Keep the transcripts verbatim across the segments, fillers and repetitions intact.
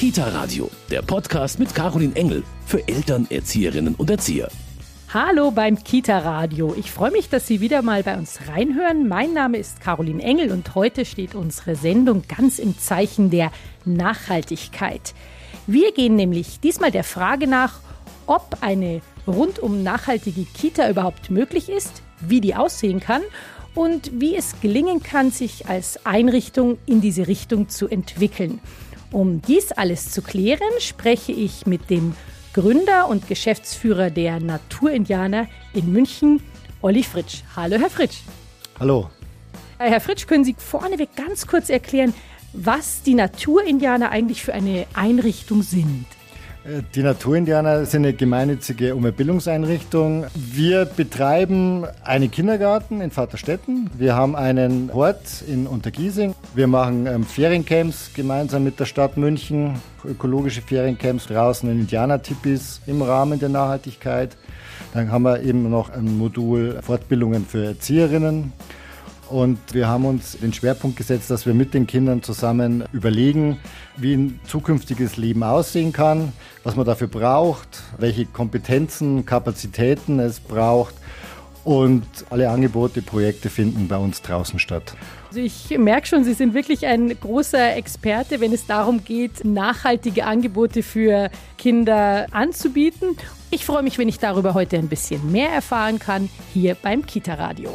Kita Radio, der Podcast mit Caroline Engel für Eltern, Erzieherinnen und Erzieher. Hallo beim Kita Radio. Ich freue mich, dass Sie wieder mal bei uns reinhören. Mein Name ist Caroline Engel und heute steht unsere Sendung ganz im Zeichen der Nachhaltigkeit. Wir gehen nämlich diesmal der Frage nach, ob eine rundum nachhaltige Kita überhaupt möglich ist, wie die aussehen kann und wie es gelingen kann, sich als Einrichtung in diese Richtung zu entwickeln. Um dies alles zu klären, spreche ich mit dem Gründer und Geschäftsführer der Naturindianer in München, Olli Fritsch. Hallo, Herr Fritsch. Hallo. Herr Fritsch, können Sie vorneweg ganz kurz erklären, was die Naturindianer eigentlich für eine Einrichtung sind? Die Naturindianer sind eine gemeinnützige Umweltbildungseinrichtung. Wir betreiben einen Kindergarten in Vaterstetten. Wir haben einen Hort in Untergiesing. Wir machen ähm, Feriencamps gemeinsam mit der Stadt München, ökologische Feriencamps draußen in Indianertipis im Rahmen der Nachhaltigkeit. Dann haben wir eben noch ein Modul Fortbildungen für Erzieherinnen. Und wir haben uns den Schwerpunkt gesetzt, dass wir mit den Kindern zusammen überlegen, wie ein zukünftiges Leben aussehen kann, was man dafür braucht, welche Kompetenzen, Kapazitäten es braucht. Und alle Angebote, Projekte finden bei uns draußen statt. Also ich merke schon, Sie sind wirklich ein großer Experte, wenn es darum geht, nachhaltige Angebote für Kinder anzubieten. Ich freue mich, wenn ich darüber heute ein bisschen mehr erfahren kann, hier beim Kita Radio.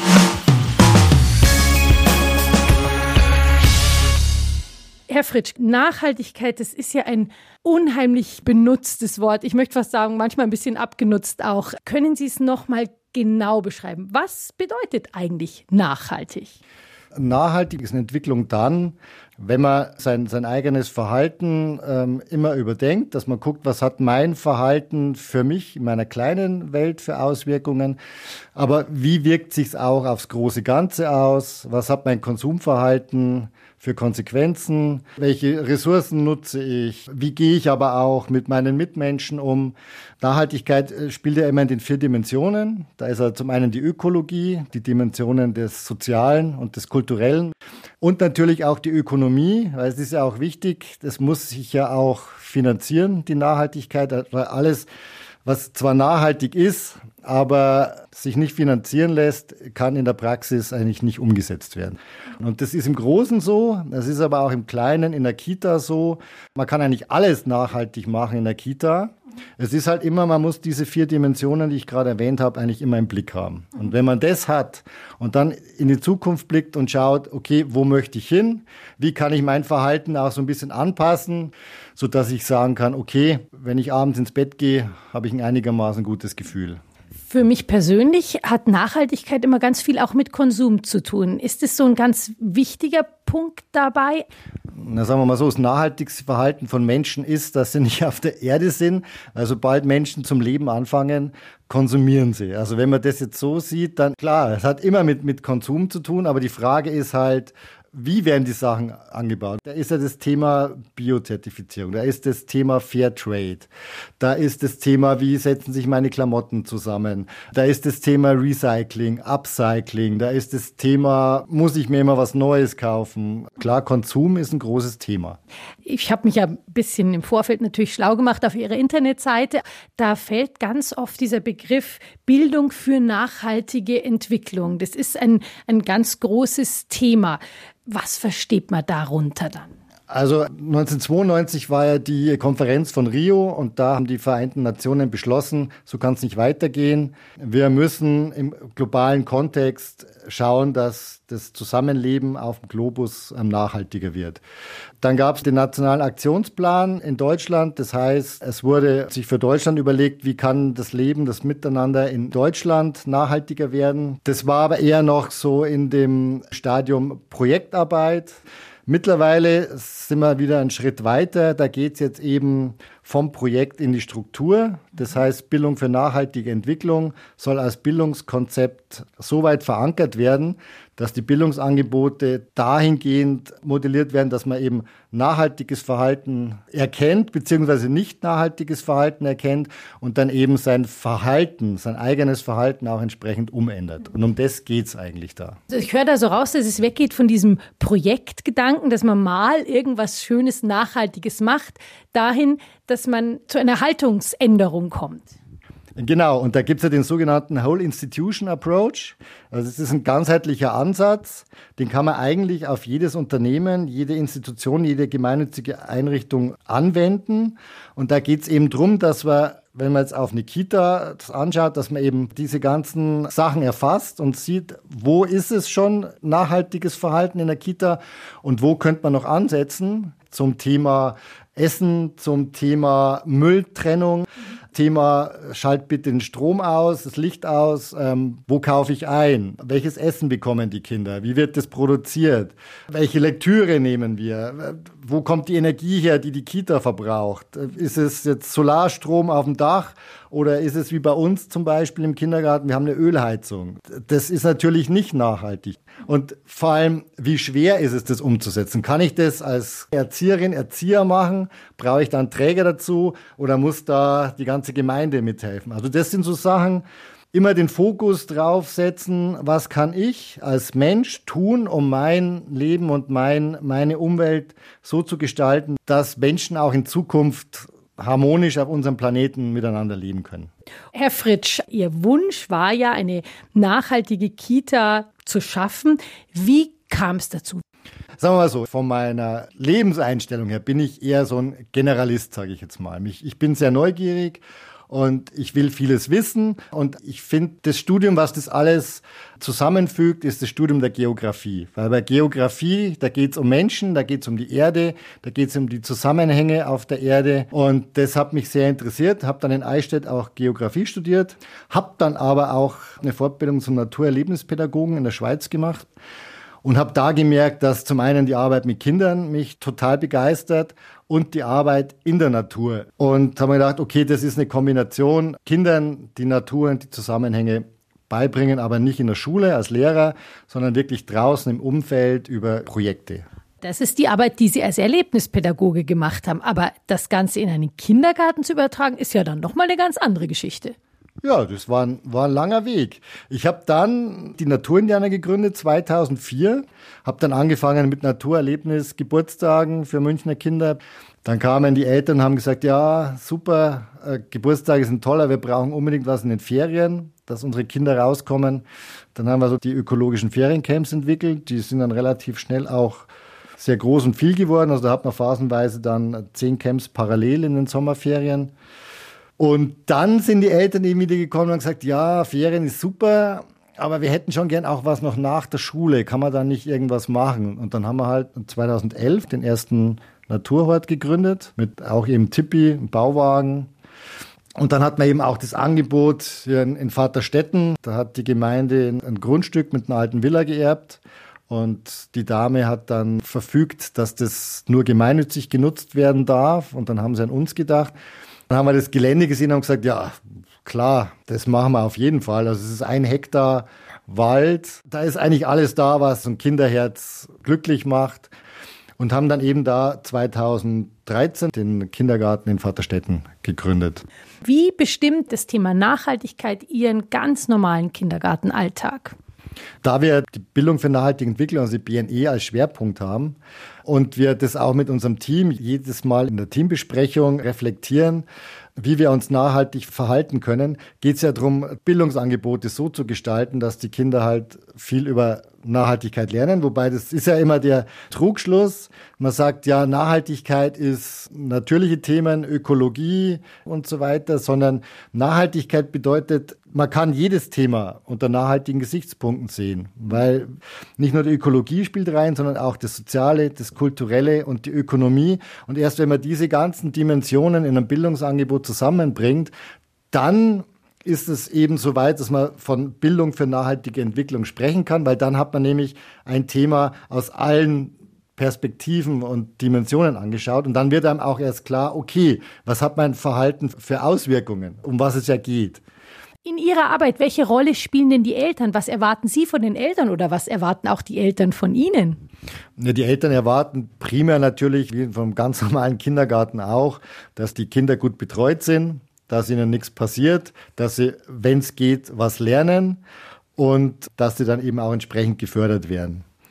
Herr Fritsch, Nachhaltigkeit, das ist ja ein unheimlich benutztes Wort. Ich möchte fast sagen, manchmal ein bisschen abgenutzt auch. Können Sie es noch mal genau beschreiben? Was bedeutet eigentlich nachhaltig? Nachhaltig ist eine Entwicklung dann, wenn man sein, sein eigenes Verhalten ähm, immer überdenkt, dass man guckt, was hat mein Verhalten für mich in meiner kleinen Welt für Auswirkungen, aber wie wirkt sich's auch aufs große Ganze aus? Was hat mein Konsumverhalten für Konsequenzen? Welche Ressourcen nutze ich? Wie gehe ich aber auch mit meinen Mitmenschen um? Nachhaltigkeit spielt ja immer in den vier Dimensionen. Da ist ja zum einen die Ökologie, die Dimensionen des Sozialen und des Kulturellen und natürlich auch die Ökonomie, weil es ist ja auch wichtig, das muss sich ja auch finanzieren, die Nachhaltigkeit, weil alles, was zwar nachhaltig ist, aber sich nicht finanzieren lässt, kann in der Praxis eigentlich nicht umgesetzt werden. Und das ist im Großen so, das ist aber auch im Kleinen in der Kita so. Man kann eigentlich alles nachhaltig machen in der Kita. Es ist halt immer, man muss diese vier Dimensionen, die ich gerade erwähnt habe, eigentlich immer im Blick haben. Und wenn man das hat und dann in die Zukunft blickt und schaut, okay, wo möchte ich hin? Wie kann ich mein Verhalten auch so ein bisschen anpassen, sodass ich sagen kann, okay, wenn ich abends ins Bett gehe, habe ich ein einigermaßen gutes Gefühl. Für mich persönlich hat Nachhaltigkeit immer ganz viel auch mit Konsum zu tun. Ist es so ein ganz wichtiger Punkt dabei? Na, sagen wir mal so, das nachhaltigste Verhalten von Menschen ist, dass sie nicht auf der Erde sind. Also sobald Menschen zum Leben anfangen, konsumieren sie. Also wenn man das jetzt so sieht, dann klar, es hat immer mit, mit Konsum zu tun, aber die Frage ist halt, wie werden die Sachen angebaut? Da ist ja das Thema Biozertifizierung, da ist das Thema Fairtrade, da ist das Thema, wie setzen sich meine Klamotten zusammen, da ist das Thema Recycling, Upcycling, da ist das Thema, muss ich mir immer was Neues kaufen? Klar, Konsum ist ein großes Thema. Ich habe mich ja ein bisschen im Vorfeld natürlich schlau gemacht auf Ihrer Internetseite. Da fällt ganz oft dieser Begriff Bildung für nachhaltige Entwicklung. Das ist ein, ein ganz großes Thema. Was versteht man darunter dann? Also neunzehnhundertzweiundneunzig war ja die Konferenz von Rio und da haben die Vereinten Nationen beschlossen, so kann es nicht weitergehen. Wir müssen im globalen Kontext schauen, dass das Zusammenleben auf dem Globus nachhaltiger wird. Dann gab es den Nationalen Aktionsplan in Deutschland. Das heißt, es wurde sich für Deutschland überlegt, wie kann das Leben, das Miteinander in Deutschland nachhaltiger werden. Das war aber eher noch so in dem Stadium Projektarbeit. Mittlerweile sind wir wieder einen Schritt weiter. Da geht es jetzt eben vom Projekt in die Struktur. Das heißt, Bildung für nachhaltige Entwicklung soll als Bildungskonzept so weit verankert werden, dass die Bildungsangebote dahingehend modelliert werden, dass man eben nachhaltiges Verhalten erkennt, beziehungsweise nicht nachhaltiges Verhalten erkennt und dann eben sein Verhalten, sein eigenes Verhalten auch entsprechend umändert. Und um das geht's eigentlich da. Also ich höre da so raus, dass es weggeht von diesem Projektgedanken, dass man mal irgendwas was Schönes, Nachhaltiges macht, dahin, dass man zu einer Haltungsänderung kommt. Genau, und da gibt's ja den sogenannten Whole Institution Approach. Also es ist ein ganzheitlicher Ansatz, den kann man eigentlich auf jedes Unternehmen, jede Institution, jede gemeinnützige Einrichtung anwenden. Und da geht's eben drum, dass wir, wenn man jetzt auf eine Kita das anschaut, dass man eben diese ganzen Sachen erfasst und sieht, wo ist es schon nachhaltiges Verhalten in der Kita und wo könnte man noch ansetzen zum Thema Essen, zum Thema Mülltrennung. Thema, schalt bitte den Strom aus, das Licht aus, ähm, wo kaufe ich ein? Welches Essen bekommen die Kinder? Wie wird das produziert? Welche Lektüre nehmen wir? Wo kommt die Energie her, die die Kita verbraucht? Ist es jetzt Solarstrom auf dem Dach oder ist es wie bei uns zum Beispiel im Kindergarten, wir haben eine Ölheizung? Das ist natürlich nicht nachhaltig. Und vor allem, wie schwer ist es, das umzusetzen? Kann ich das als Erzieherin, Erzieher machen? Brauche ich da einen Träger dazu oder muss da die ganze Gemeinde mithelfen? Also das sind so Sachen, immer den Fokus drauf setzen, was kann ich als Mensch tun, um mein Leben und mein, meine Umwelt so zu gestalten, dass Menschen auch in Zukunft harmonisch auf unserem Planeten miteinander leben können. Herr Fritsch, Ihr Wunsch war ja, eine nachhaltige Kita zu schaffen. Wie kam es dazu? Sagen wir mal so, von meiner Lebenseinstellung her bin ich eher so ein Generalist, sage ich jetzt mal. Ich bin sehr neugierig und ich will vieles wissen. Und ich finde, das Studium, was das alles zusammenfügt, ist das Studium der Geografie. Weil bei Geografie, da geht es um Menschen, da geht es um die Erde, da geht es um die Zusammenhänge auf der Erde. Und das hat mich sehr interessiert. Habe dann in Eichstätt auch Geografie studiert, habe dann aber auch eine Fortbildung zum Naturerlebnispädagogen in der Schweiz gemacht. Und habe da gemerkt, dass zum einen die Arbeit mit Kindern mich total begeistert und die Arbeit in der Natur. Und habe mir gedacht, okay, das ist eine Kombination, Kindern die Natur und die Zusammenhänge beibringen, aber nicht in der Schule als Lehrer, sondern wirklich draußen im Umfeld über Projekte. Das ist die Arbeit, die Sie als Erlebnispädagoge gemacht haben. Aber das Ganze in einen Kindergarten zu übertragen, ist ja dann nochmal eine ganz andere Geschichte. Ja, das war ein, war ein langer Weg. Ich habe dann die Naturindianer gegründet, zweitausendvier. Habe dann angefangen mit Naturerlebnis-Geburtstagen für Münchner Kinder. Dann kamen die Eltern und haben gesagt, ja, super, äh, Geburtstage sind toller, wir brauchen unbedingt was in den Ferien, dass unsere Kinder rauskommen. Dann haben wir so die ökologischen Feriencamps entwickelt. Die sind dann relativ schnell auch sehr groß und viel geworden. Also da hat man phasenweise dann zehn Camps parallel in den Sommerferien. Und dann sind die Eltern eben wieder gekommen und haben gesagt, ja, Ferien ist super, aber wir hätten schon gern auch was noch nach der Schule. Kann man da nicht irgendwas machen? Und dann haben wir halt zweitausendelf den ersten Naturhort gegründet, mit auch eben Tipi, einem Bauwagen. Und dann hat man eben auch das Angebot hier in, in Vaterstetten. Da hat die Gemeinde ein Grundstück mit einer alten Villa geerbt. Und die Dame hat dann verfügt, dass das nur gemeinnützig genutzt werden darf. Und dann haben sie an uns gedacht. Dann haben wir das Gelände gesehen und haben gesagt, ja, klar, das machen wir auf jeden Fall. Also es ist ein Hektar Wald. Da ist eigentlich alles da, was ein Kinderherz glücklich macht. Und haben dann eben da zweitausenddreizehn den Kindergarten in Vaterstetten gegründet. Wie bestimmt das Thema Nachhaltigkeit Ihren ganz normalen Kindergartenalltag? Da wir die Bildung für nachhaltige Entwicklung, also die B N E, als Schwerpunkt haben und wir das auch mit unserem Team jedes Mal in der Teambesprechung reflektieren, wie wir uns nachhaltig verhalten können, geht es ja darum, Bildungsangebote so zu gestalten, dass die Kinder halt viel über Nachhaltigkeit lernen. Wobei das ist ja immer der Trugschluss. Man sagt, ja, Nachhaltigkeit ist natürliche Themen, Ökologie und so weiter, sondern Nachhaltigkeit bedeutet, man kann jedes Thema unter nachhaltigen Gesichtspunkten sehen, weil nicht nur die Ökologie spielt rein, sondern auch das Soziale, das Kulturelle und die Ökonomie. Und erst wenn man diese ganzen Dimensionen in einem Bildungsangebot zusammenbringt, dann ist es eben so weit, dass man von Bildung für nachhaltige Entwicklung sprechen kann, weil dann hat man nämlich ein Thema aus allen Perspektiven und Dimensionen angeschaut und dann wird einem auch erst klar, okay, was hat mein Verhalten für Auswirkungen, um was es ja geht. In Ihrer Arbeit, welche Rolle spielen denn die Eltern? Was erwarten Sie von den Eltern oder was erwarten auch die Eltern von Ihnen? Die Eltern erwarten primär natürlich, wie vom ganz normalen Kindergarten auch, dass die Kinder gut betreut sind, dass ihnen nichts passiert, dass sie, wenn es geht, was lernen und dass sie dann eben auch entsprechend gefördert werden.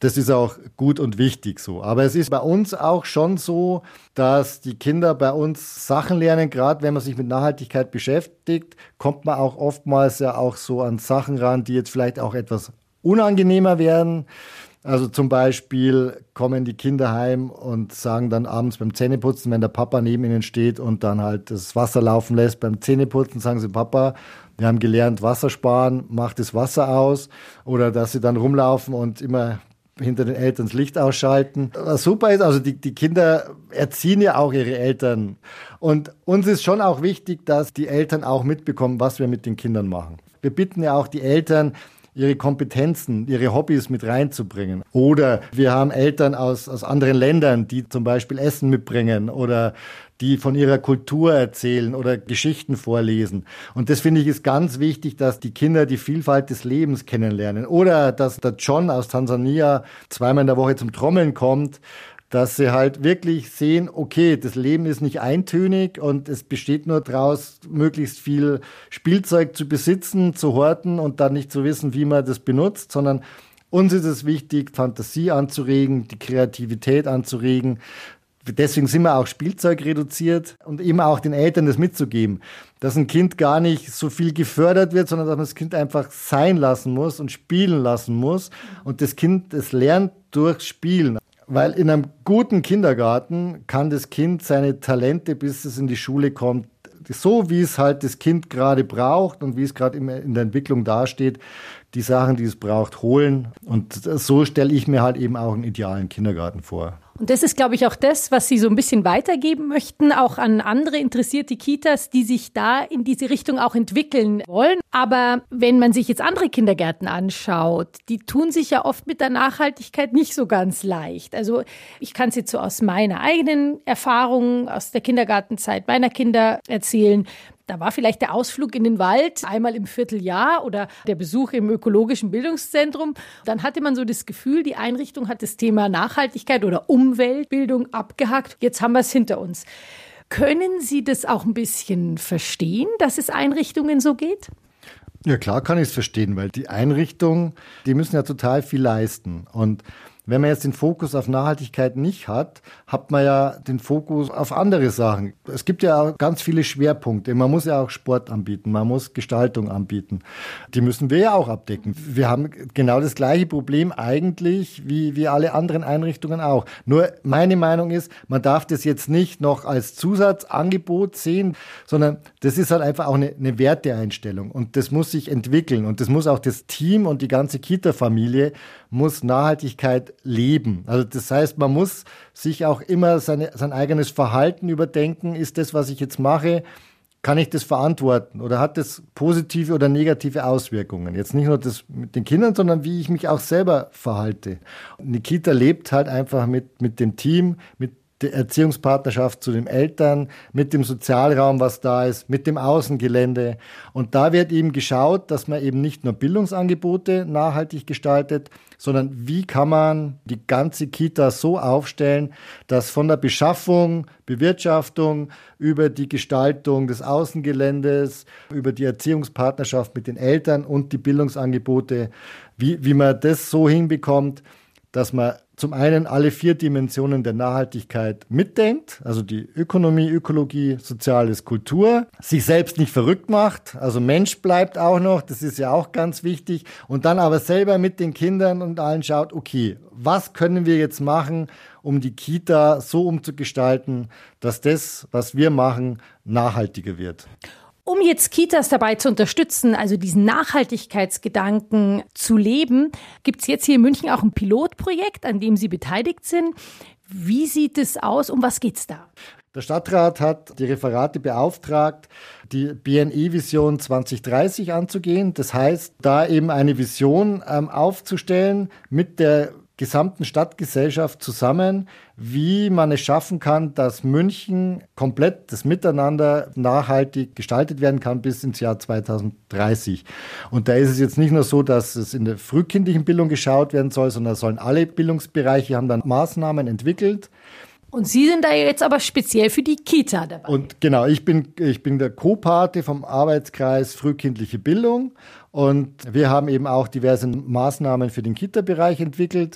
Das ist auch gut und wichtig so. Aber es ist bei uns auch schon so, dass die Kinder bei uns Sachen lernen. Gerade wenn man sich mit Nachhaltigkeit beschäftigt, kommt man auch oftmals ja auch so an Sachen ran, die jetzt vielleicht auch etwas unangenehmer werden. Also zum Beispiel kommen die Kinder heim und sagen dann abends beim Zähneputzen, wenn der Papa neben ihnen steht und dann halt das Wasser laufen lässt beim Zähneputzen, sagen sie: Papa, wir haben gelernt, Wasser sparen, mach das Wasser aus. Oder dass sie dann rumlaufen und immer hinter den Eltern das Licht ausschalten. Was super ist, also die, die Kinder erziehen ja auch ihre Eltern. Und uns ist schon auch wichtig, dass die Eltern auch mitbekommen, was wir mit den Kindern machen. Wir bitten ja auch die Eltern, ihre Kompetenzen, ihre Hobbys mit reinzubringen. Oder wir haben Eltern aus, aus anderen Ländern, die zum Beispiel Essen mitbringen oder die von ihrer Kultur erzählen oder Geschichten vorlesen. Und das finde ich ist ganz wichtig, dass die Kinder die Vielfalt des Lebens kennenlernen. Oder dass der John aus Tansania zweimal in der Woche zum Trommeln kommt, dass sie halt wirklich sehen, okay, das Leben ist nicht eintönig und es besteht nur daraus, möglichst viel Spielzeug zu besitzen, zu horten und dann nicht zu wissen, wie man das benutzt, sondern uns ist es wichtig, Fantasie anzuregen, die Kreativität anzuregen. Deswegen sind wir auch Spielzeug reduziert und immer auch den Eltern das mitzugeben, dass ein Kind gar nicht so viel gefördert wird, sondern dass man das Kind einfach sein lassen muss und spielen lassen muss und das Kind, das lernt durchs Spielen. Weil in einem guten Kindergarten kann das Kind seine Talente, bis es in die Schule kommt, so wie es halt das Kind gerade braucht und wie es gerade in der Entwicklung dasteht, die Sachen, die es braucht, holen. Und so stelle ich mir halt eben auch einen idealen Kindergarten vor. Und das ist, glaube ich, auch das, was Sie so ein bisschen weitergeben möchten, auch an andere interessierte Kitas, die sich da in diese Richtung auch entwickeln wollen. Aber wenn man sich jetzt andere Kindergärten anschaut, die tun sich ja oft mit der Nachhaltigkeit nicht so ganz leicht. Also ich kann es jetzt so aus meiner eigenen Erfahrung, aus der Kindergartenzeit meiner Kinder erzählen. Da war vielleicht der Ausflug in den Wald einmal im Vierteljahr oder der Besuch im ökologischen Bildungszentrum. Dann hatte man so das Gefühl, die Einrichtung hat das Thema Nachhaltigkeit oder Umweltbildung abgehakt. Jetzt haben wir es hinter uns. Können Sie das auch ein bisschen verstehen, dass es Einrichtungen so geht? Ja, klar kann ich es verstehen, weil die Einrichtungen, die müssen ja total viel leisten. Und wenn man jetzt den Fokus auf Nachhaltigkeit nicht hat, hat man ja den Fokus auf andere Sachen. Es gibt ja auch ganz viele Schwerpunkte. Man muss ja auch Sport anbieten, man muss Gestaltung anbieten. Die müssen wir ja auch abdecken. Wir haben genau das gleiche Problem eigentlich wie, wie alle anderen Einrichtungen auch. Nur meine Meinung ist, man darf das jetzt nicht noch als Zusatzangebot sehen, sondern das ist halt einfach auch eine, eine Werteeinstellung. Und das muss sich entwickeln. Und das muss auch das Team und die ganze Kita-Familie muss Nachhaltigkeit leben. Also das heißt, man muss sich auch immer seine, sein eigenes Verhalten überdenken. Ist das, was ich jetzt mache, kann ich das verantworten? Oder hat das positive oder negative Auswirkungen? Jetzt nicht nur das mit den Kindern, sondern wie ich mich auch selber verhalte. Eine Kita lebt halt einfach mit, mit dem Team, mit der Erziehungspartnerschaft zu den Eltern, mit dem Sozialraum, was da ist, mit dem Außengelände. Und da wird eben geschaut, dass man eben nicht nur Bildungsangebote nachhaltig gestaltet, sondern wie kann man die ganze Kita so aufstellen, dass von der Beschaffung, Bewirtschaftung über die Gestaltung des Außengeländes, über die Erziehungspartnerschaft mit den Eltern und die Bildungsangebote, wie, wie man das so hinbekommt, dass man zum einen alle vier Dimensionen der Nachhaltigkeit mitdenkt, also die Ökonomie, Ökologie, Soziales, Kultur, sich selbst nicht verrückt macht, also Mensch bleibt auch noch, das ist ja auch ganz wichtig, und dann aber selber mit den Kindern und allen schaut, okay, was können wir jetzt machen, um die Kita so umzugestalten, dass das, was wir machen, nachhaltiger wird. Um jetzt Kitas dabei zu unterstützen, also diesen Nachhaltigkeitsgedanken zu leben, gibt es jetzt hier in München auch ein Pilotprojekt, an dem Sie beteiligt sind. Wie sieht es aus? Um was geht es da? Der Stadtrat hat die Referate beauftragt, die B N E-Vision zwanzig dreißig anzugehen. Das heißt, da eben eine Vision ähm, aufzustellen mit der gesamten Stadtgesellschaft zusammen, wie man es schaffen kann, dass München komplett das Miteinander nachhaltig gestaltet werden kann bis ins Jahr zweitausenddreißig. Und da ist es jetzt nicht nur so, dass es in der frühkindlichen Bildung geschaut werden soll, sondern sollen alle Bildungsbereiche haben dann Maßnahmen entwickelt. Und Sie sind da jetzt aber speziell für die Kita dabei. Und genau, ich bin, ich bin der Co-Pate vom Arbeitskreis Frühkindliche Bildung. Und wir haben eben auch diverse Maßnahmen für den Kita-Bereich entwickelt.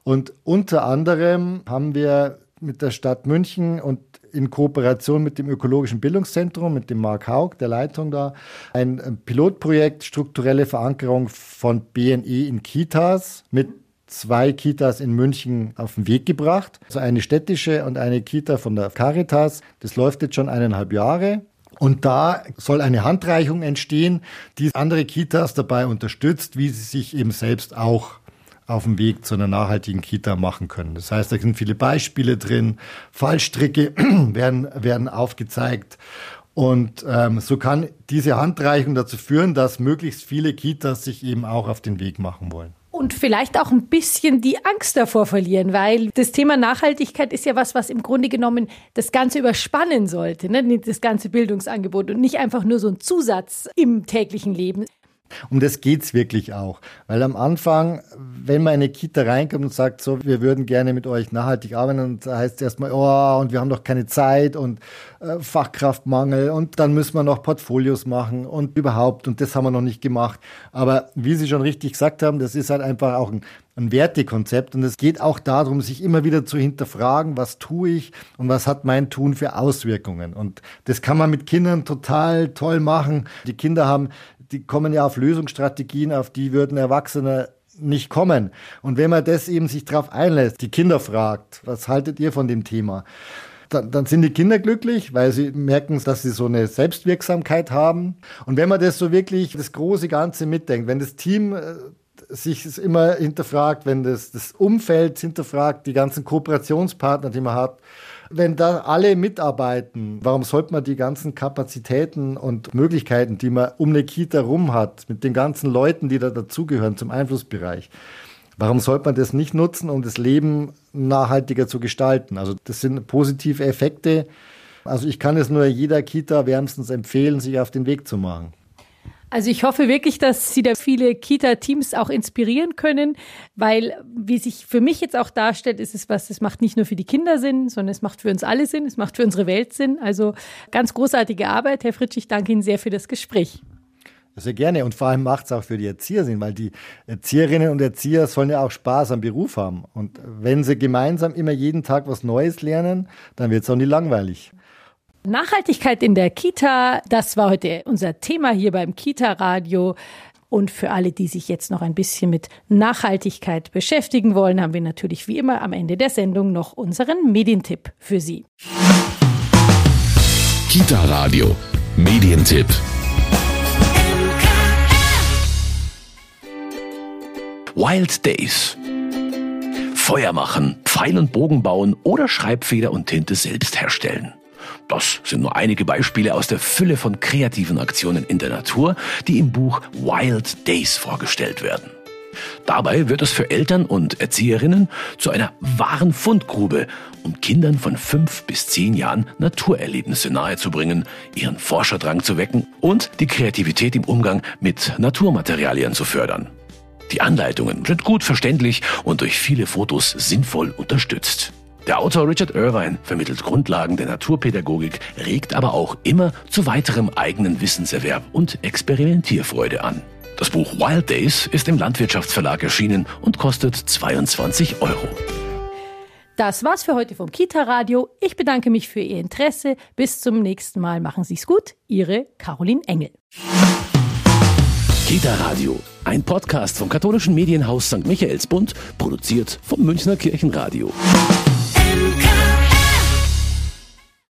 Und unter anderem haben wir mit der Stadt München und in Kooperation mit dem Ökologischen Bildungszentrum, mit dem Marc Haug, der Leitung da, ein Pilotprojekt strukturelle Verankerung von B N E in Kitas mit zwei Kitas in München auf den Weg gebracht. Also eine städtische und eine Kita von der Caritas. Das läuft jetzt schon eineinhalb Jahre. Und da soll eine Handreichung entstehen, die andere Kitas dabei unterstützt, wie sie sich eben selbst auch auf dem Weg zu einer nachhaltigen Kita machen können. Das heißt, da sind viele Beispiele drin, Fallstricke werden, werden aufgezeigt. Und ähm, so kann diese Handreichung dazu führen, dass möglichst viele Kitas sich eben auch auf den Weg machen wollen. Und vielleicht auch ein bisschen die Angst davor verlieren, weil das Thema Nachhaltigkeit ist ja was, was im Grunde genommen das Ganze überspannen sollte, ne? Das ganze Bildungsangebot und nicht einfach nur so ein Zusatz im täglichen Leben. Um das geht's wirklich auch. Weil am Anfang, wenn man in eine Kita reinkommt und sagt, so, wir würden gerne mit euch nachhaltig arbeiten, und da heißt es erstmal, oh, und wir haben doch keine Zeit und äh, Fachkraftmangel und dann müssen wir noch Portfolios machen und überhaupt, und das haben wir noch nicht gemacht. Aber wie Sie schon richtig gesagt haben, das ist halt einfach auch ein, ein Wertekonzept, und es geht auch darum, sich immer wieder zu hinterfragen, was tue ich und was hat mein Tun für Auswirkungen. Und das kann man mit Kindern total toll machen. Die Kinder haben Die kommen ja auf Lösungsstrategien, auf die würden Erwachsene nicht kommen. Und wenn man das eben sich darauf einlässt, die Kinder fragt, was haltet ihr von dem Thema? Dann, dann sind die Kinder glücklich, weil sie merken, dass sie so eine Selbstwirksamkeit haben. Und wenn man das so wirklich, das große Ganze mitdenkt, wenn das Team äh, sich es immer hinterfragt, wenn das, das Umfeld hinterfragt, die ganzen Kooperationspartner, die man hat, wenn da alle mitarbeiten, warum sollte man die ganzen Kapazitäten und Möglichkeiten, die man um eine Kita rum hat, mit den ganzen Leuten, die da dazugehören zum Einflussbereich, warum sollte man das nicht nutzen, um das Leben nachhaltiger zu gestalten? Also das sind positive Effekte. Also ich kann es nur jeder Kita wärmstens empfehlen, sich auf den Weg zu machen. Also ich hoffe wirklich, dass Sie da viele Kita-Teams auch inspirieren können, weil, wie sich für mich jetzt auch darstellt, ist es was, das macht nicht nur für die Kinder Sinn, sondern es macht für uns alle Sinn, es macht für unsere Welt Sinn. Also ganz großartige Arbeit. Herr Fritsch, ich danke Ihnen sehr für das Gespräch. Sehr gerne, und vor allem macht es auch für die Erzieher Sinn, weil die Erzieherinnen und Erzieher sollen ja auch Spaß am Beruf haben. Und wenn sie gemeinsam immer jeden Tag was Neues lernen, dann wird es auch nie langweilig. Nachhaltigkeit in der Kita, das war heute unser Thema hier beim Kita-Radio. Und für alle, die sich jetzt noch ein bisschen mit Nachhaltigkeit beschäftigen wollen, haben wir natürlich wie immer am Ende der Sendung noch unseren Medientipp für Sie. Kita-Radio, Medientipp. Wild Days. Feuer machen, Pfeil und Bogen bauen oder Schreibfeder und Tinte selbst herstellen. Das sind nur einige Beispiele aus der Fülle von kreativen Aktionen in der Natur, die im Buch Wild Days vorgestellt werden. Dabei wird es für Eltern und Erzieherinnen zu einer wahren Fundgrube, um Kindern von fünf bis zehn Jahren Naturerlebnisse nahezubringen, ihren Forscherdrang zu wecken und die Kreativität im Umgang mit Naturmaterialien zu fördern. Die Anleitungen sind gut verständlich und durch viele Fotos sinnvoll unterstützt. Der Autor Richard Irvine vermittelt Grundlagen der Naturpädagogik, regt aber auch immer zu weiterem eigenen Wissenserwerb und Experimentierfreude an. Das Buch Wild Days ist im Landwirtschaftsverlag erschienen und kostet zweiundzwanzig Euro. Das war's für heute vom Kita-Radio. Ich bedanke mich für Ihr Interesse. Bis zum nächsten Mal. Machen Sie's gut. Ihre Caroline Engel. Kita-Radio, ein Podcast vom katholischen Medienhaus Sankt Michaelsbund, produziert vom Münchner Kirchenradio.